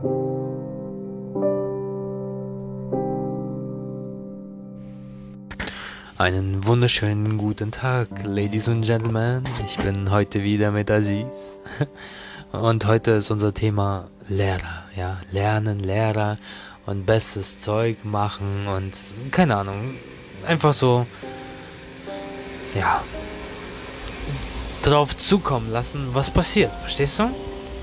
Einen wunderschönen guten Tag, Ladies und Gentlemen. Ich bin heute wieder mit Aziz. Und heute ist unser Thema Lehrer. Ja, Lernen, Lehrer und bestes Zeug machen und keine Ahnung. Einfach so, ja, drauf zukommen lassen, was passiert. Verstehst du?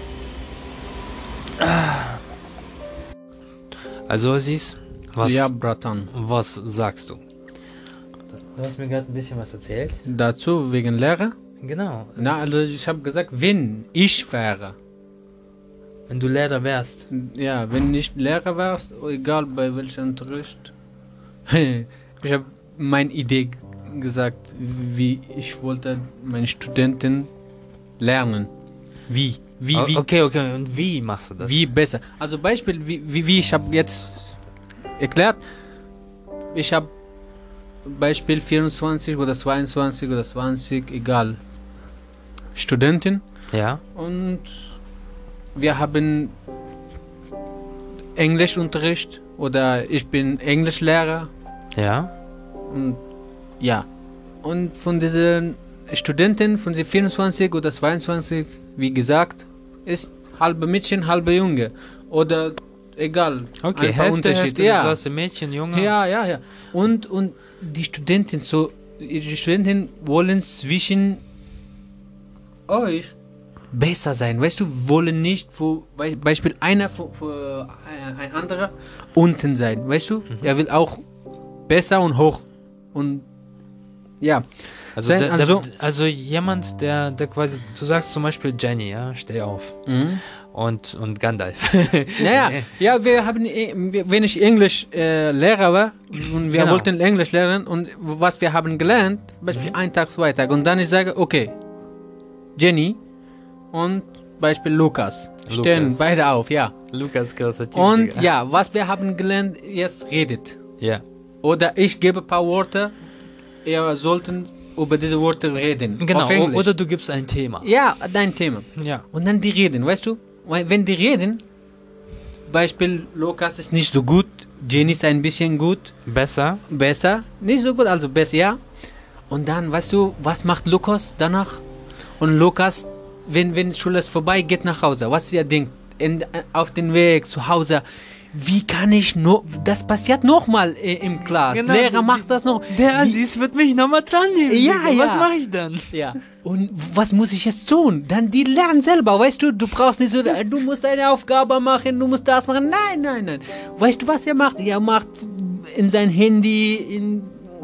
Also Aziz, Ja, Bratan. was sagst du? Du hast mir gerade ein bisschen was erzählt. Dazu wegen Lehrer? Genau. Na, also ich habe gesagt, wenn ich wäre. Wenn du Lehrer wärst. Ja, wenn ich Lehrer wärst, egal bei welchem Unterricht. Ich habe meine Idee gesagt, wie ich wollte meine Studenten lernen. Wie? Okay, und wie machst du das? Wie besser. Also Beispiel, wie ich habe jetzt erklärt, ich habe Beispiel 24 oder 22 oder 20, egal, Studentin, Ja? und wir haben Englischunterricht oder ich bin Englischlehrer Ja? und ja, und von diesen Studenten, von den 24 oder 22, wie gesagt, ist halbe Mädchen, halbe Junge oder egal. Okay, ein paar Hälfte Unterschied, der ja. Klasse Mädchen, Junge. Ja. Und die Studenten wollen zwischen euch besser sein. Weißt du, wollen nicht für Beispiel einer für ein anderer unten sein. Weißt du? Er will auch besser und hoch. Und ja. Also, Sein, also jemand, der quasi, du sagst zum Beispiel Jenny, ja, steh auf. Und Gandalf. Ja, wir haben, wenn ich Englisch Lehrer war und wir Genau. wollten Englisch lernen und was wir haben gelernt, Beispiel ein Tag, 2 Tage und dann ich sage, okay, Jenny und Beispiel Lukas stehen beide auf, ja. Lukas Kreativ. Und ja, was wir haben gelernt, jetzt redet. Ja. Oder ich gebe ein paar Worte, ihr sollten über diese Worte reden. Genau, Auf Englisch. oder du gibst ein Thema. Ja, dein Thema. Ja. Und dann die reden, weißt du? Weil wenn die reden, Beispiel Lukas ist nicht so gut, Jenny ist ein bisschen gut, Besser. nicht so gut, also besser, ja. Und dann, weißt du, was macht Lukas danach? Und Lukas, wenn Schule ist vorbei, geht nach Hause. Was er denkt, auf den Weg zu Hause, wie kann ich nur, das passiert nochmal im Klass. Genau, Lehrer macht das noch. Der Aziz wird mich nochmal dran nehmen. Ja, Digga. ja. Was mache ich dann? Ja. Und was muss ich jetzt tun? Dann die lernen selber, weißt du? Du brauchst nicht so, du musst eine Aufgabe machen, du musst das machen. Nein. Weißt du, was er macht? Er macht in sein Handy,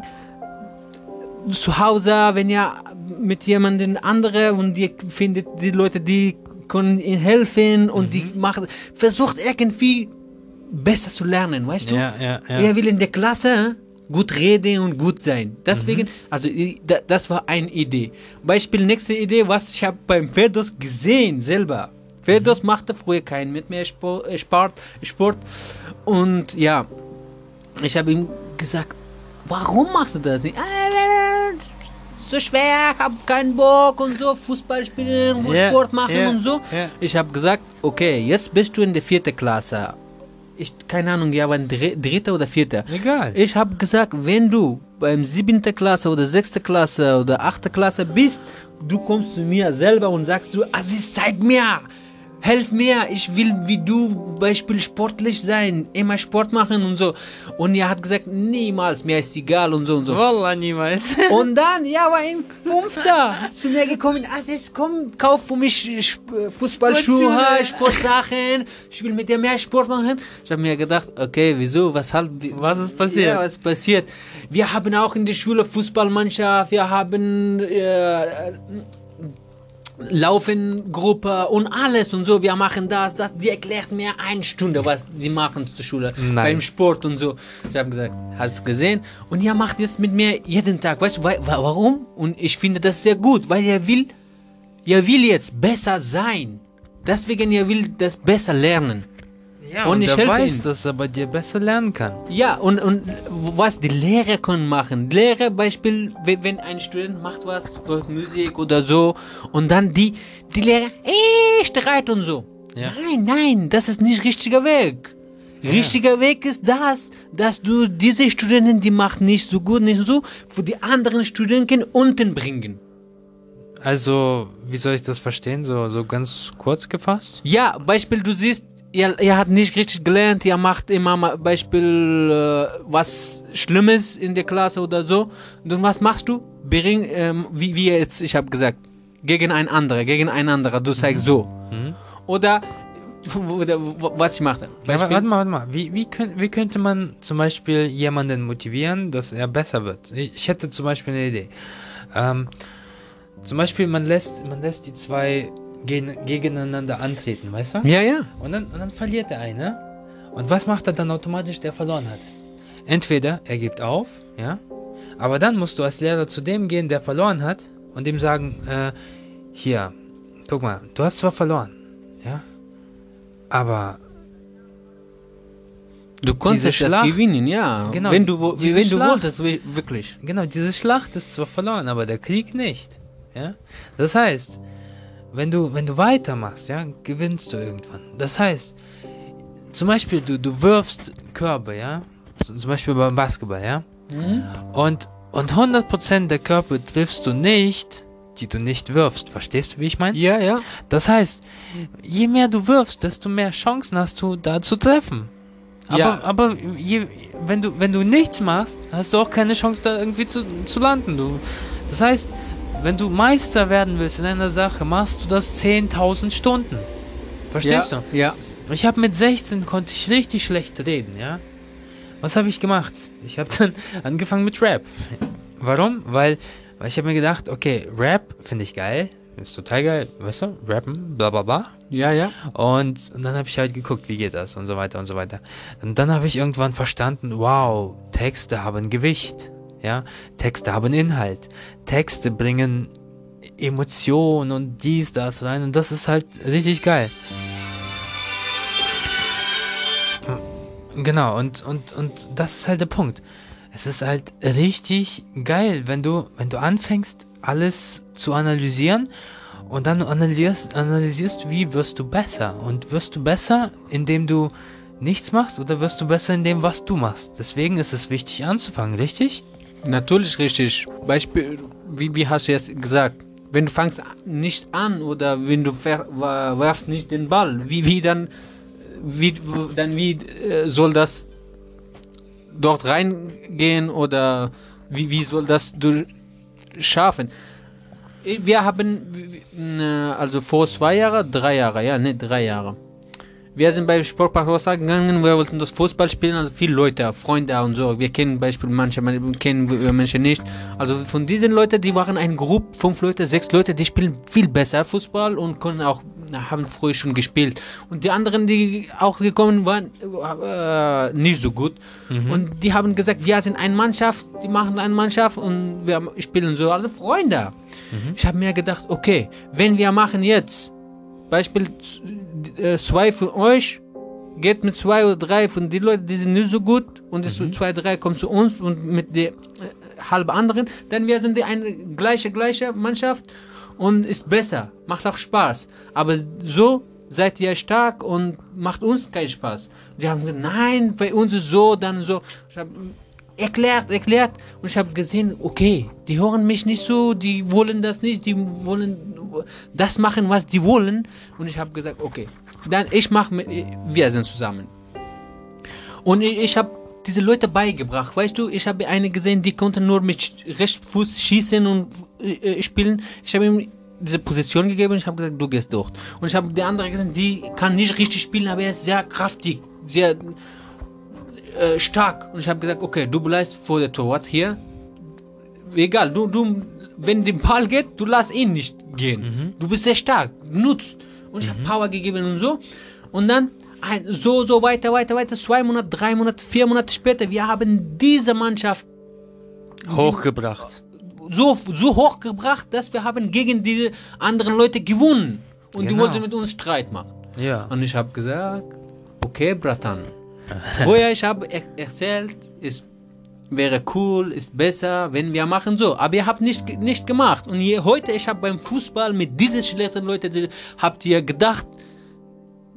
zu Hause, wenn er mit jemandem anderen und ihr findet die Leute, die können ihm helfen und die versucht irgendwie besser zu lernen, weißt du? Ja. Er will in der Klasse gut reden und gut sein. Deswegen, also das war eine Idee. Beispiel, nächste Idee, was ich habe beim Ferdos gesehen selber. Ferdos machte früher keinen mit mehr Sport. Und ja, ich habe ihm gesagt, warum machst du das nicht? So schwer, ich habe keinen Bock und so, Fußball spielen, Sport machen und so. Ja. Ich habe gesagt, okay, jetzt bist du in der 4. Klasse. Keine Ahnung, ja, wann 3. oder 4. Egal. Ich habe gesagt, wenn du beim 7. Klasse oder 6. Klasse oder 8. Klasse bist, du kommst zu mir selber und sagst du, Aziz, zeig mir, helf mir, ich will wie du, Beispiel sportlich sein, immer Sport machen und so. Und er hat gesagt, niemals, mir ist egal und so und so. Wallah, niemals. Und dann, ja, war ein 5. zu mir gekommen, Aziz, komm, kauf für mich Fußballschuhe, Sportsachen, ich will mit dir mehr Sport machen. Ich habe mir gedacht, okay, wieso, weshalb? Was ist passiert? Ja, was ist passiert? Wir haben auch in der Schule Fußballmannschaft, wir haben Laufengruppe und alles und so, wir machen das, die erklärt mir 1 Stunde, was die machen zur Schule, beim Sport und so. Ich habe gesagt, hast du gesehen? Und er macht jetzt mit mir jeden Tag, weißt du, warum? Und ich finde das sehr gut, weil er will jetzt besser sein. Deswegen, er will das besser lernen. Ja, und ich er helfe weiß, ihm. dass er bei dir besser lernen kann. Ja, und was die Lehrer können machen. Lehrer, Beispiel, wenn ein Student macht was, hört Musik oder so, und dann die Lehrer, streiten und so. Ja. Nein, das ist nicht richtiger Weg. Richtiger Weg ist das, dass du diese Studenten, die machen nicht so gut, nicht so, für die anderen Studenten unten bringen. Also, wie soll ich das verstehen? So ganz kurz gefasst? Ja, Beispiel, du siehst, ihr hat nicht richtig gelernt, ihr macht immer mal Beispiel was Schlimmes in der Klasse oder so. Und was machst du? Wie jetzt, ich habe gesagt, gegen einen anderer, du sagst so. Oder was ich mache. Ja, warte mal. Wie könnte man zum Beispiel jemanden motivieren, dass er besser wird? Ich hätte zum Beispiel eine Idee. Zum Beispiel, man lässt die zwei gegeneinander antreten, weißt du? Ja. Und dann verliert der eine. Und was macht er dann automatisch, der verloren hat? Entweder er gibt auf, ja, aber dann musst du als Lehrer zu dem gehen, der verloren hat, und ihm sagen, hier, guck mal, du hast zwar verloren, ja, aber du konntest das gewinnen, ja. Genau, wenn du wolltest, wirklich. Genau, diese Schlacht ist zwar verloren, aber der Krieg nicht, ja. Das heißt, wenn du weitermachst, ja, gewinnst du irgendwann. Das heißt, zum Beispiel, du wirfst Körbe, ja, zum Beispiel beim Basketball, ja, und 100% der Körbe triffst du nicht, die du nicht wirfst. Verstehst du, wie ich meine? Ja. Das heißt, je mehr du wirfst, desto mehr Chancen hast du, da zu treffen. Aber wenn du nichts machst, hast du auch keine Chance, da irgendwie zu landen. Das heißt, wenn du Meister werden willst in einer Sache, machst du das 10.000 Stunden. Verstehst du? Ja. Ich habe mit 16 konnte ich richtig schlecht reden, ja. Was habe ich gemacht? Ich habe dann angefangen mit Rap. Warum? Weil ich habe mir gedacht, okay, Rap finde ich geil, ist total geil, weißt du, rappen, bla bla bla. Ja. Und dann habe ich halt geguckt, wie geht das und so weiter und so weiter. Und dann habe ich irgendwann verstanden, wow, Texte haben Gewicht, ja, Texte haben Inhalt, Texte bringen Emotionen und dies, das rein, und das ist halt richtig geil. Genau, und das ist halt der Punkt. Es ist halt richtig geil, wenn du anfängst, alles zu analysieren und dann analysierst, wie wirst du besser. Und wirst du besser, indem du nichts machst, oder wirst du besser in dem, was du machst? Deswegen ist es wichtig anzufangen, richtig? Natürlich richtig. Beispiel, wie hast du jetzt gesagt, wenn du fängst nicht an oder wenn du werfst nicht den Ball, wie soll das dort reingehen oder wie soll das du schaffen? Wir haben also vor 3 Jahre. Wir sind bei Sportpark Rostock gegangen, wir wollten das Fußball spielen, also viele Leute, Freunde und so. Wir kennen Beispiel manche kennen Menschen nicht. Also von diesen Leuten, die waren eine Gruppe, 5 Leute, 6 Leute, die spielen viel besser Fußball und können auch, haben früher schon gespielt. Und die anderen, die auch gekommen waren, nicht so gut. Und die haben gesagt, wir sind eine Mannschaft, die machen eine Mannschaft und wir spielen so, also Freunde. Ich habe mir gedacht, okay, wenn wir machen jetzt Beispiel 2 von euch geht mit 2 oder 3 von den Leuten, die sind nicht so gut, und 2, 3 kommen zu uns und mit der halben anderen, dann wir sind eine gleiche Mannschaft und ist besser, macht auch Spaß. Aber so seid ihr stark und macht uns keinen Spaß. Die haben gesagt, nein, bei uns ist so, dann so. Ich habe erklärt und ich habe gesehen, okay, die hören mich nicht so, die wollen das nicht, die wollen das machen, was die wollen, und ich habe gesagt, okay, dann wir sind zusammen. Und ich habe diese Leute beigebracht, weißt du, ich habe eine gesehen, die konnte nur mit Rechtsfuß schießen und spielen. Ich habe ihm diese Position gegeben und ich habe gesagt, du gehst dort. Und ich habe die andere gesehen, die kann nicht richtig spielen, aber er ist sehr kraftig, sehr stark. Und ich habe gesagt, okay, du bleibst vor der Torwart hier. Egal, du, wenn der Ball geht, du lass ihn nicht gehen. Du bist sehr stark, nutzt. Und ich habe Power gegeben und so. Und dann so weiter. 2 Monate, 3 Monate, 4 Monate später, wir haben diese Mannschaft hochgebracht. So hochgebracht, dass wir haben gegen die anderen Leute gewonnen. Und die wollten mit uns Streit machen. Ja. Und ich habe gesagt, okay, Bratan. Vorher, ich habe erzählt, es wäre cool, ist besser, wenn wir machen so. Aber ihr habt nicht gemacht. Und heute, ich habe beim Fußball mit diesen schlechten Leuten, habt ihr gedacht,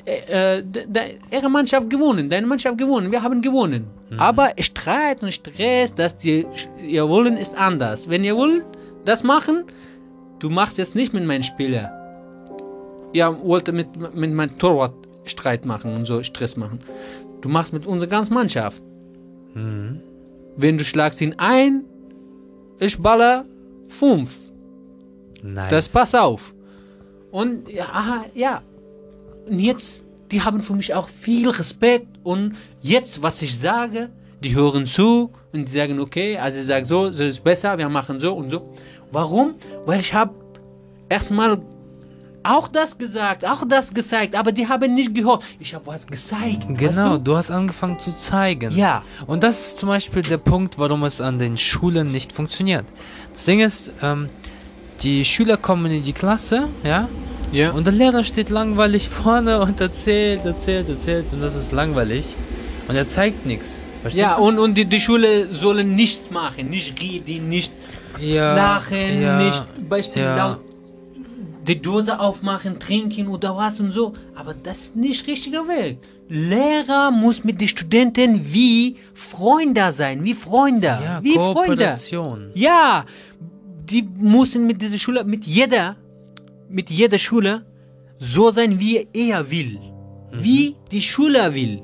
ihre Mannschaft gewonnen, deine Mannschaft gewonnen, wir haben gewonnen. Aber Streit und Stress, ihr Wollen ist anders. Wenn ihr wollt das machen, du machst jetzt nicht mit meinen Spieler. Ihr wollt mit meinem Torwart Streit machen und so Stress machen. Du machst mit unserer ganzen Mannschaft. Wenn du schlagst ihn ein, ich baller 5. Nice. Das pass auf. Und ja. Und jetzt, die haben für mich auch viel Respekt. Und jetzt, was ich sage, die hören zu und die sagen, okay, also ich sage so ist besser, wir machen so und so. Warum? Weil ich habe erstmal auch das gesagt, auch das gezeigt, aber die haben nicht gehört. Ich habe was gezeigt. Genau, weißt du hast angefangen zu zeigen. Ja. Und das ist zum Beispiel der Punkt, warum es an den Schulen nicht funktioniert. Das Ding ist, die Schüler kommen in die Klasse, ja, Ja. und der Lehrer steht langweilig vorne und erzählt und das ist langweilig. Und er zeigt nichts. Verstehst Ja, du? und die Schule sollen nichts machen, nicht reden, nicht Ja, lachen, ja, nicht Beispiel ja. laut die Dose aufmachen, trinken oder was und so. Aber das ist nicht richtiger Weg. Lehrer muss mit den Studenten wie Freunde sein, wie Freunde, Ja, wie Freunde. Kooperation. Ja, die müssen mit dieser Schule, mit jeder Schule so sein, wie er will, wie die Schule will.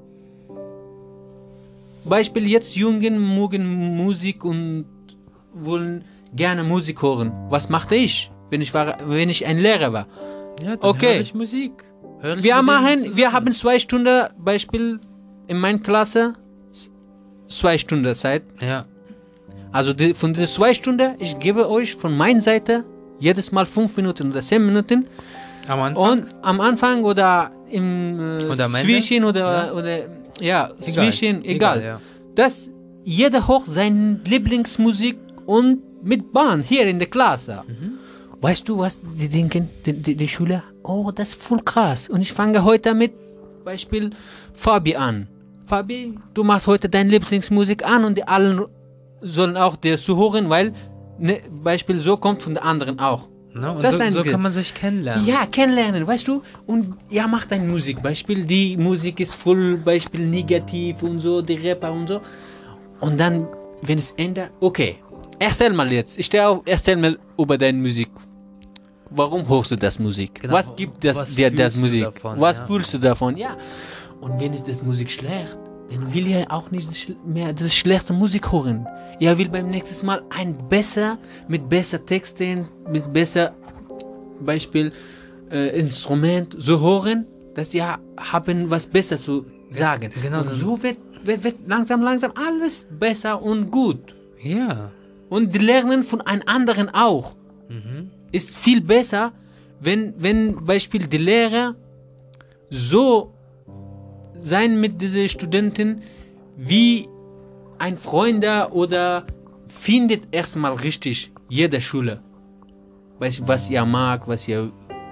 Beispiel jetzt Jungen mögen Musik und wollen gerne Musik hören. Was machte ich, wenn ich ein Lehrer war? Ja, dann Okay. höre ich Musik. Hör ich Wir mit denen machen, wir zusammen. haben 2 Stunden, Beispiel in meiner Klasse 2 Stunden Zeit. Ja, Also von diesen 2 Stunden, ich gebe euch von meiner Seite jedes Mal 5 Minuten oder 10 Minuten. am Anfang. Und am Anfang oder im Oder am Ende? Zwischen Ja. oder Egal. zwischen, egal. Ja. Dass jeder hoch seine Lieblingsmusik und mit Bahn hier in der Klasse. Weißt du, was die denken, die Schüler? Oh, das ist voll krass. Und ich fange heute mit Beispiel Fabi an. Fabi, du machst heute deine Lieblingsmusik an und die allen sollen auch dir zuhören, weil Beispiel so kommt von den anderen auch. No, und Das ist so ein kann man sich kennenlernen. Ja, kennenlernen, weißt du? Und ja, macht eine Musik. Beispiel, die Musik ist voll, Beispiel negativ und so, die Rapper und so. Und dann, wenn es ändert, okay, erzähl mal jetzt. Ich stehe auf, erzähl mal über deine Musik. Warum hörst du das Musik? Genau, Was gibt das was dir das fühlst du Musik? davon, Was ja. fühlst du davon? Ja. Und wenn es das Musik schlecht, dann will er auch nicht mehr das schlechte Musik hören. Er will beim nächsten Mal mit besser Texten, mit besser Beispiel Instrument so hören, dass sie haben was besser zu sagen. Genau. Und so wird langsam alles besser und gut. Ja. Und die lernen von einem anderen auch. Ist viel besser, wenn Beispiel die Lehrer so sein mit diesen Studenten wie ein Freund oder findet erstmal richtig jede Schule. Was ihr mag, was ihr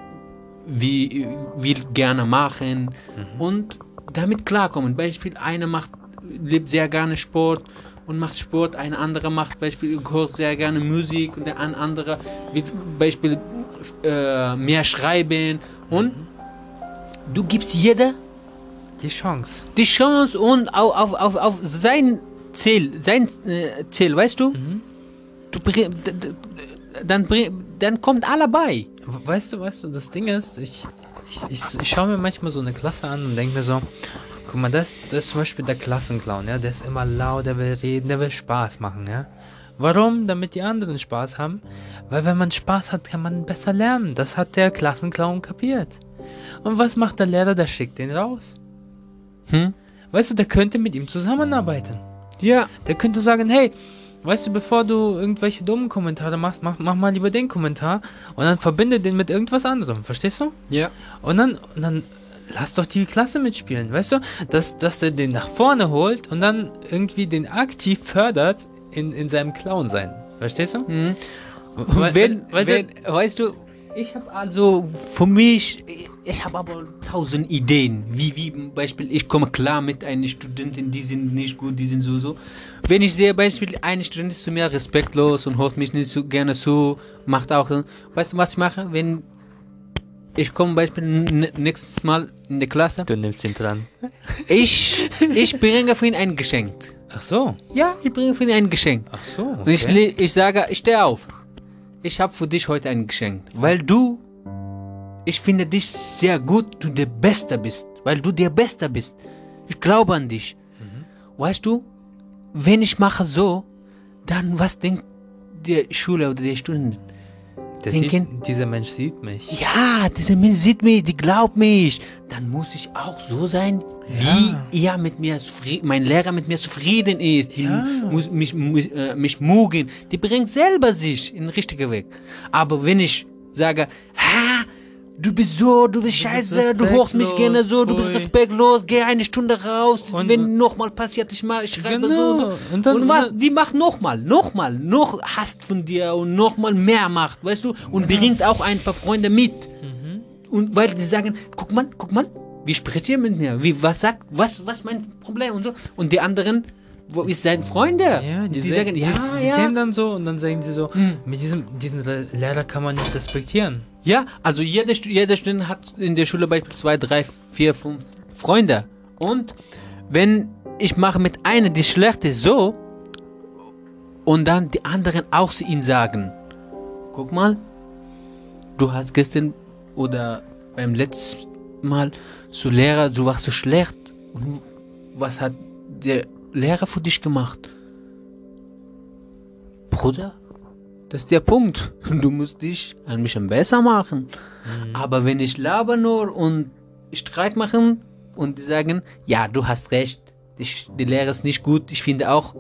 will gerne machen und damit klarkommen. Beispiel, einer liebt sehr gerne Sport und macht Sport, ein anderer macht Beispiel, hört sehr gerne Musik und ein anderer wird Beispiel mehr schreiben und du gibst jeder Die Chance. die Chance und auf sein Ziel, weißt du? Dann kommt alle bei. Weißt du, das Ding ist, ich schaue mir manchmal so eine Klasse an und denke mir so, guck mal, das ist zum Beispiel der Klassenclown, ja, der ist immer laut, der will reden, der will Spaß machen, ja. Warum? Damit die anderen Spaß haben. Weil wenn man Spaß hat, kann man besser lernen. Das hat der Klassenclown kapiert. Und was macht der Lehrer? Der schickt den raus. Weißt du, der könnte mit ihm zusammenarbeiten. Ja. Der könnte sagen, hey, weißt du, bevor du irgendwelche dummen Kommentare machst, mach mal lieber den Kommentar und dann verbinde den mit irgendwas anderem, verstehst du? Ja. Und dann lass doch die Klasse mitspielen, weißt du? Dass er den nach vorne holt und dann irgendwie den aktiv fördert in seinem Clown-Sein, verstehst du? Weißt du, ich habe also für mich, ich habe aber 1000 Ideen, wie Beispiel, ich komme klar mit einer Studentin, die sind nicht gut, die sind so. Wenn ich sehe, Beispiel, eine Studentin ist zu mir respektlos und hört mich nicht so gerne zu, macht auch, weißt du, was ich mache? Wenn ich komme Beispiel nächstes Mal in die Klasse. Du nimmst ihn dran. Ich bringe für ihn ein Geschenk. Ach so. Ja, ich bringe für ihn ein Geschenk. Ach so. Und ich sage, ich stehe auf. Ich habe für dich heute ein Geschenk. Weil ich finde dich sehr gut, du der Beste bist. Weil du der Beste bist. Ich glaube an dich. Weißt du, wenn ich mache so, dann was denkt die Schule oder die Studenten? Dieser Mensch sieht mich. Ja, dieser Mensch sieht mich, die glaubt mich. Dann muss ich auch so sein, wie er mit mir mein Lehrer mit mir zufrieden ist. Die muss mich mögen. Die bringt selber sich in den richtigen Weg. Aber wenn ich sage, du bist so, du bist scheiße, du hörst mich gerne so, du bist respektlos, geh eine Stunde raus, und wenn nochmal passiert, ich schreibe so. Und die macht noch hasst von dir und nochmal mehr macht, weißt du, und bringt auch ein paar Freunde mit. Und weil die sagen, guck mal, wie spricht ihr mit mir, was ist mein Problem und so. Und die anderen, wo ist dein Freunde? Ja, die sehen dann so und dann sagen sie so, mit diesen Lehrer kann man nicht respektieren. Ja, also jeder Student hat in der Schule beispielsweise 2, 3, 4, 5 Freunde. Und wenn ich mache mit einer die schlechte so und dann die anderen auch zu ihnen sagen, guck mal, du hast gestern oder beim letzten Mal zu Lehrer, du warst so schlecht. Und was hat der Lehrer für dich gemacht? Bruder, das ist der Punkt. Du musst dich ein bisschen besser machen. Aber wenn ich laber nur und Streit machen und die sagen, ja, du hast recht, die Lehre ist nicht gut, ich finde auch.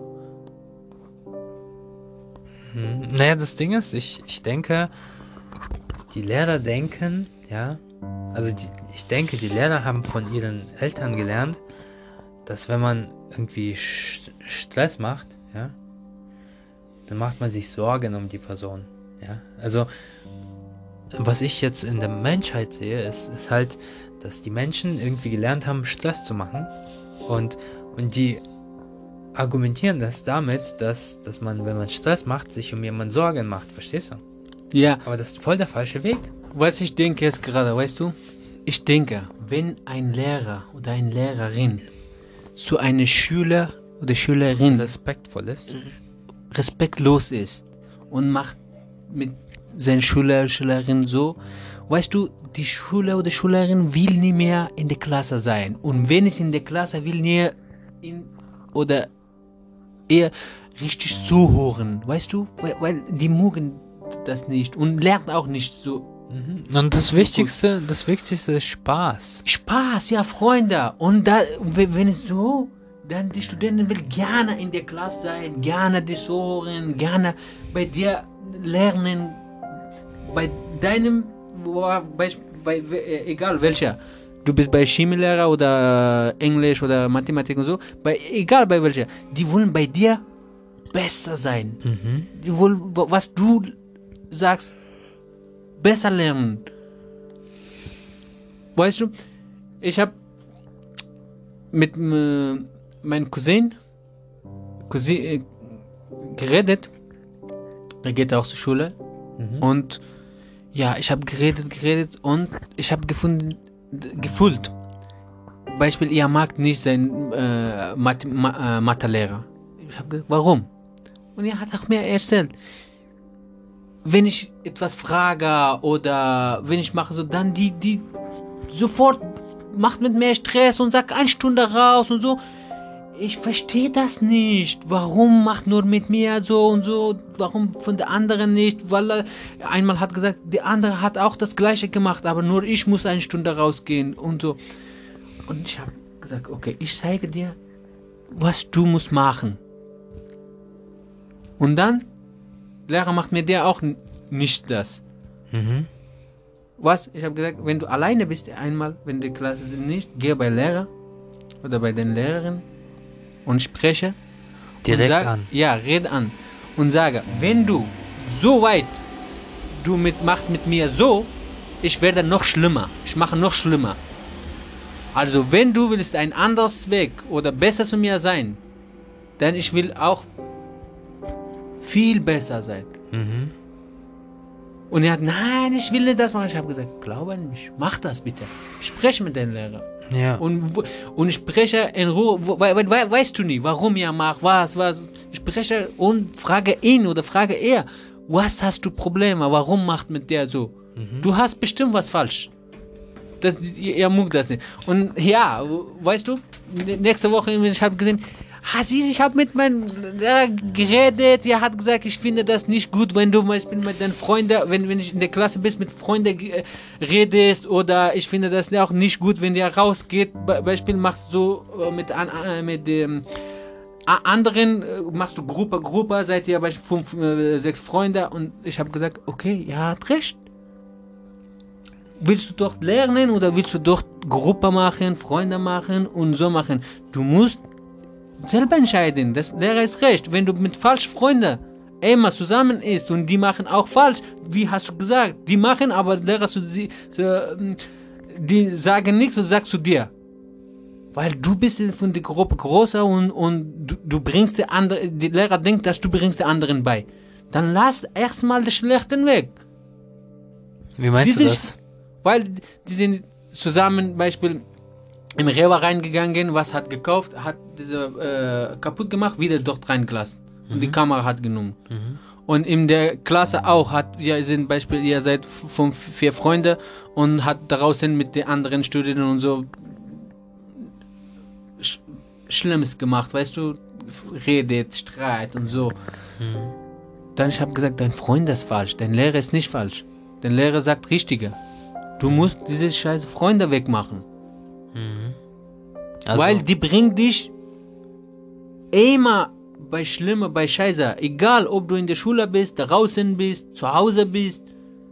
Naja, das Ding ist, ich denke, die Lehrer denken, ich denke, die Lehrer haben von ihren Eltern gelernt, dass wenn man irgendwie Stress macht, dann macht man sich Sorgen um die Person. Ja? Also, was ich jetzt in der Menschheit sehe, ist halt, dass die Menschen irgendwie gelernt haben, Stress zu machen. Und die argumentieren das damit, dass man, wenn man Stress macht, sich um jemanden Sorgen macht. Verstehst du? Ja. Aber das ist voll der falsche Weg. Was ich denke jetzt gerade, weißt du? Ich denke, wenn ein Lehrer oder eine Lehrerin zu einem Schüler oder Schülerin respektvoll ist, respektlos ist und macht mit seinen Schülerin so, weißt du, die Schüler oder Schülerin will nicht mehr in der Klasse sein. Und wenn es in der Klasse will, nicht oder eher richtig zuhören, weißt du, weil die mögen das nicht und lernen auch nicht so. Und das Wichtigste ist Spaß. Spaß, ja, Freunde. Und wenn es so, dann die Studenten will gerne in der Klasse sein, gerne das hören, gerne bei dir lernen, bei deinem, egal welcher, du bist bei Chemielehrer oder Englisch oder Mathematik und so, egal bei welcher, die wollen bei dir besser sein. Die wollen, was du sagst, besser lernen. Weißt du, ich habe mit meinem Cousin geredet. Er geht auch zur Schule. Und ja, ich habe geredet und ich habe gefühlt. Beispiel, er mag nicht seinen Mathelehrer. Ich habe gesagt, warum? Und er hat auch mir erzählt, wenn ich etwas frage oder wenn ich mache so, dann die sofort macht mit mir Stress und sagt 1 Stunde raus und so. Ich verstehe das nicht. Warum macht nur mit mir so und so? Warum von der anderen nicht? Weil er einmal hat gesagt, die andere hat auch das Gleiche gemacht, aber nur ich muss 1 Stunde rausgehen und so. Und ich habe gesagt, okay, ich zeige dir, was du musst machen. Und dann, Lehrer macht mir der auch nicht das. Was? Ich habe gesagt, wenn du alleine bist einmal, wenn die Klasse sind nicht, geh bei Lehrer oder bei den Lehrern und spreche. Direkt und an. Ja, rede an. Und sage, wenn du so weit machst mit mir so, ich werde noch schlimmer. Ich mache noch schlimmer. Also wenn du willst ein anderes Weg oder besser zu mir sein, dann ich will auch viel besser sein. Und er hat, nein, ich will nicht das machen. Ich habe gesagt, glaube an mich, mach das bitte. Spreche mit deinem Lehrer. Ja. Und ich spreche in Ruhe, weißt du nicht, warum er macht, was. Ich spreche und frage ihn oder frage er, was hast du Probleme, warum macht mit der so? Du hast bestimmt was falsch. Er mag das nicht. Und ja, weißt du, nächste Woche, ich habe gesehen, ich habe mit meinem Lehrer geredet, er hat gesagt, ich finde das nicht gut, wenn du mit deinen Freunden, wenn ich in der Klasse bist, mit Freunden redest, oder ich finde das auch nicht gut, wenn der rausgeht, Beispiel machst du mit anderen, machst du Gruppe, seid ihr beispielsweise 5, 6 Freunde, und ich habe gesagt, okay, er hat recht. Willst du dort lernen oder willst du dort Gruppe machen, Freunde machen und so machen? Du musst selber entscheiden. Das Lehrer ist recht. Wenn du mit falschen Freunden immer zusammen ist und die machen auch falsch, wie hast du gesagt, die machen, aber Lehrer die sagen nichts, so sagst du dir. Weil du bist von der Gruppe größer und du bringst die Lehrer denkt, dass du bringst den anderen bei. Dann lass erstmal den Schlechten weg. Wie meinst du das? Weil die sind zusammen, Beispiel, im Rewe reingegangen, was hat gekauft, hat diese kaputt gemacht, wieder dort reingelassen. Und die Kamera hat genommen. Und in der Klasse auch ihr seid 5, 4 Freunde und hat draußen mit den anderen Studenten und so Schlimmes gemacht, weißt du, redet, Streit und so. Dann ich habe gesagt, dein Freund ist falsch, dein Lehrer ist nicht falsch. Dein Lehrer sagt Richtige. Du musst diese scheiße Freunde wegmachen. Also, weil die bringen dich immer bei Schlimme, bei Scheiße. Egal, ob du in der Schule bist, draußen bist, zu Hause bist.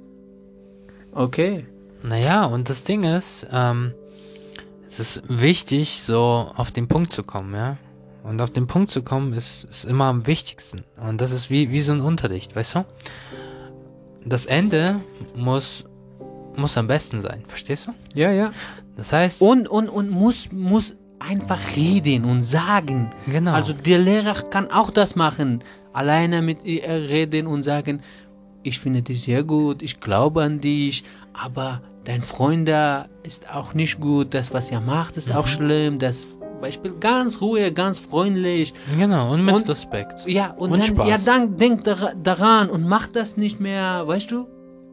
Okay. naja, und das Ding ist, es ist wichtig, so auf den Punkt zu kommen, ja. Und auf den Punkt zu kommen ist immer am wichtigsten. Und das ist wie so ein Unterricht, weißt du? Das Ende muss am besten sein, verstehst du? Ja, ja. Das heißt... Und muss einfach reden und sagen. Genau. Also der Lehrer kann auch das machen. Alleine mit ihr reden und sagen, ich finde dich sehr gut, ich glaube an dich, aber dein Freund ist auch nicht gut, das was er macht ist auch schlimm, das Beispiel ganz ruhig, ganz freundlich. Genau, und mit Respekt. Ja, und Und dann, Spaß. ja, dann denk daran und mach das nicht mehr, weißt du?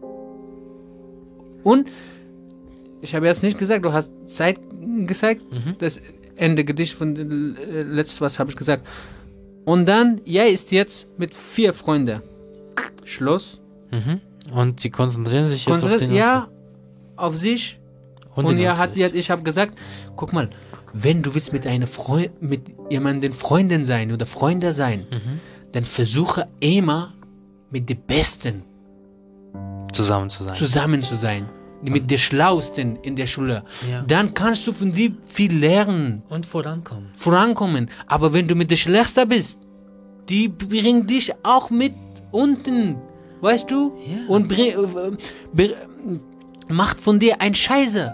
Und ich habe jetzt nicht gesagt, du hast Zeit gezeigt, das Ende Gedicht von letztes, was habe ich gesagt. Und dann, ist jetzt mit 4 Freunden. Schluss. Und sie konzentrieren sich jetzt auf den auf sich. und Und den ich habe gesagt, guck mal, wenn du willst mit jemandem Freundin sein oder Freunde sein, dann versuche immer mit den Besten zusammen zu sein. zusammen zu sein. Mit den Schlausten in der Schule. Ja. Dann kannst du von dir viel lernen. Und Vorankommen. Aber wenn du mit der Schlechtsten bist, die bringen dich auch mit unten. Weißt du? Ja. Und macht von dir ein Scheiße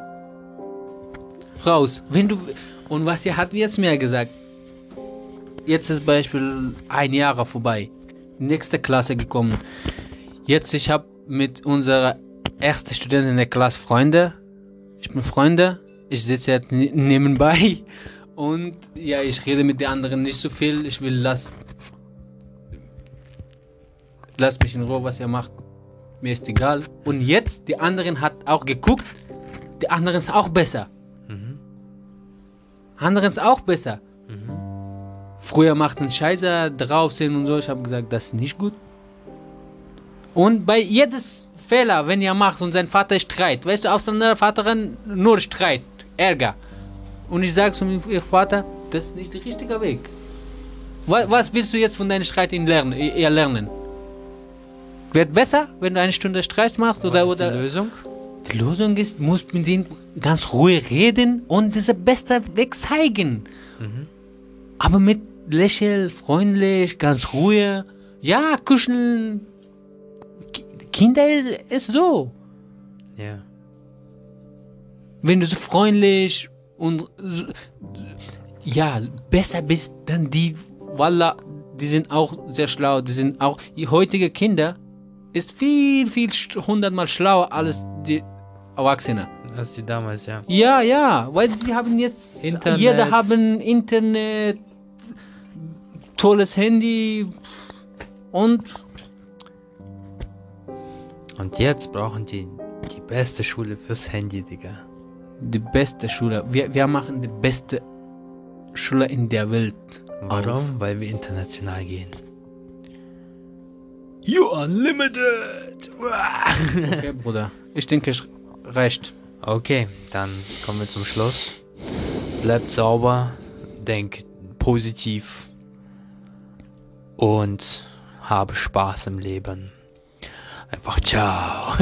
raus. Und was hat jetzt mir gesagt? Jetzt ist Beispiel 1 Jahr vorbei. Nächste Klasse gekommen. Jetzt ich habe mit unserer ersten Studentin in der Klasse Freunde. Ich bin Freunde. Ich sitze jetzt nebenbei. Und ich rede mit den anderen nicht so viel. Ich will lass mich in Ruhe, was er macht. Mir ist egal. Und jetzt, die anderen hat auch geguckt. Die anderen ist auch besser. Anderen ist auch besser. Früher machten Scheiße draußen und so. Ich habe gesagt, das ist nicht gut. Und bei jedes Fehler, wenn ihr macht und sein Vater Streit, weißt du, auseinander Vaterin nur Streit, Ärger. Und ich sage zu meinem Vater, das ist nicht der richtige Weg. Was willst du jetzt von deinem Streit lernen? Wird besser, wenn du 1 Stunde Streit machst? Was ist die Lösung? Die Lösung ist, musst mit denen ganz ruhig reden und diese beste Weg zeigen. Aber mit Lächeln, freundlich, ganz ruhig. Ja, kuscheln. Kinder ist so. Ja. Wenn du so freundlich und besser bist, dann die, Wallah, die sind auch sehr schlau. Die sind auch, die heutige Kinder, ist viel, viel 100-mal schlauer als die Erwachsenen. Als die damals, ja. Ja, weil sie haben jetzt, Internet. jeder haben Internet, tolles Handy und jetzt brauchen die beste Schule fürs Handy, Digga. die beste Schule. Wir machen die beste Schule in der Welt. Warum? Weil wir international gehen. You unlimited! Okay, Bruder. Ich denke, es reicht. Okay, dann kommen wir zum Schluss. Bleibt sauber, denkt positiv und habe Spaß im Leben. Einfach ciao.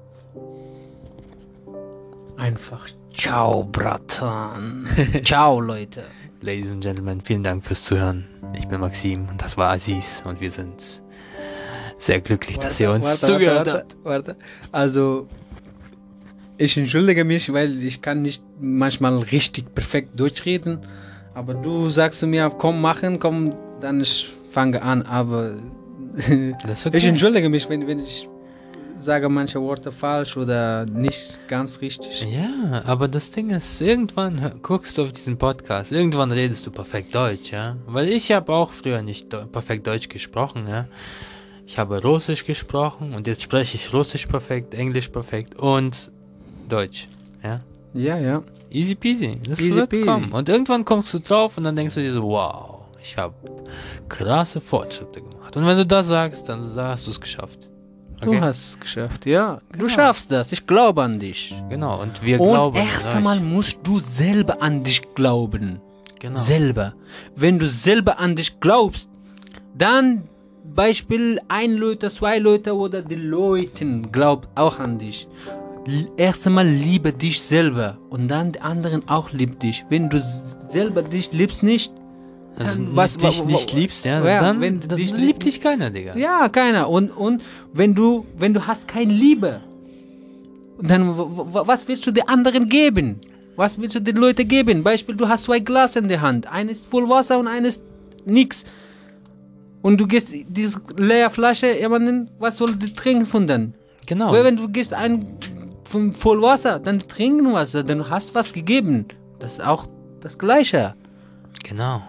Einfach ciao, Bratan. Ciao, Leute. Ladies and Gentlemen, vielen Dank fürs Zuhören. Ich bin Maxim und das war Aziz und wir sind sehr glücklich, dass ihr uns zugehört habt. Warte. Also, ich entschuldige mich, weil ich kann nicht manchmal richtig perfekt Deutsch reden. Aber du sagst zu mir, komm, dann ich fange an. Aber Das ist okay. ich entschuldige mich, wenn ich sage manche Worte falsch oder nicht ganz richtig. Ja, aber das Ding ist, irgendwann guckst du auf diesen Podcast, irgendwann redest du perfekt Deutsch, ja. Weil ich habe auch früher nicht perfekt Deutsch gesprochen, ja. Ich habe Russisch gesprochen und jetzt spreche ich Russisch perfekt, Englisch perfekt und Deutsch, ja. Ja. Easy peasy, das Easy wird peasy. kommen. Und irgendwann kommst du drauf und dann denkst du dir so, wow, ich habe krasse Fortschritte gemacht. Und wenn du das sagst, dann hast du es geschafft. Du hast es geschafft, ja. Du schaffst das. Ich glaube an dich. Genau, und wir Und glauben erst an einmal euch. musst du selber an dich glauben. Genau. Selber. Wenn du selber an dich glaubst, dann Beispiel 1 Leute, 2 Leute oder die Leute glaubt auch an dich. Erst einmal liebe dich selber und dann die anderen auch lieb dich. Wenn du selber dich liebst nicht, Also was- dich wa- nicht liebst, ja, ja, dann, wenn du dann dich liebt dich keiner, Digga. ja, keiner. Und wenn du hast keine Liebe, dann was willst du den anderen geben? Was willst du den Leuten geben? Beispiel, du hast 2 Glas in der Hand. Eines voll Wasser und eines nix. Und du gehst diese leere Flasche jemanden, was soll die trinken von dann? Genau. Weil wenn du gehst voll Wasser, dann trinken Wasser, dann hast was gegeben. Das ist auch das Gleiche. Genau.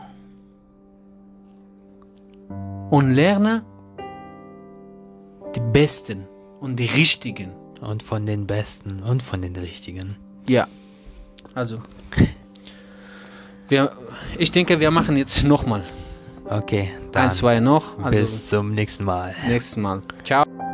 Und lerne die Besten und die Richtigen. Und von den Besten und von den Richtigen. Ja. Also. Ich denke, wir machen jetzt nochmal. Okay, dann 1, 2 noch. Also bis zum nächsten Mal. nächstes Mal. Ciao.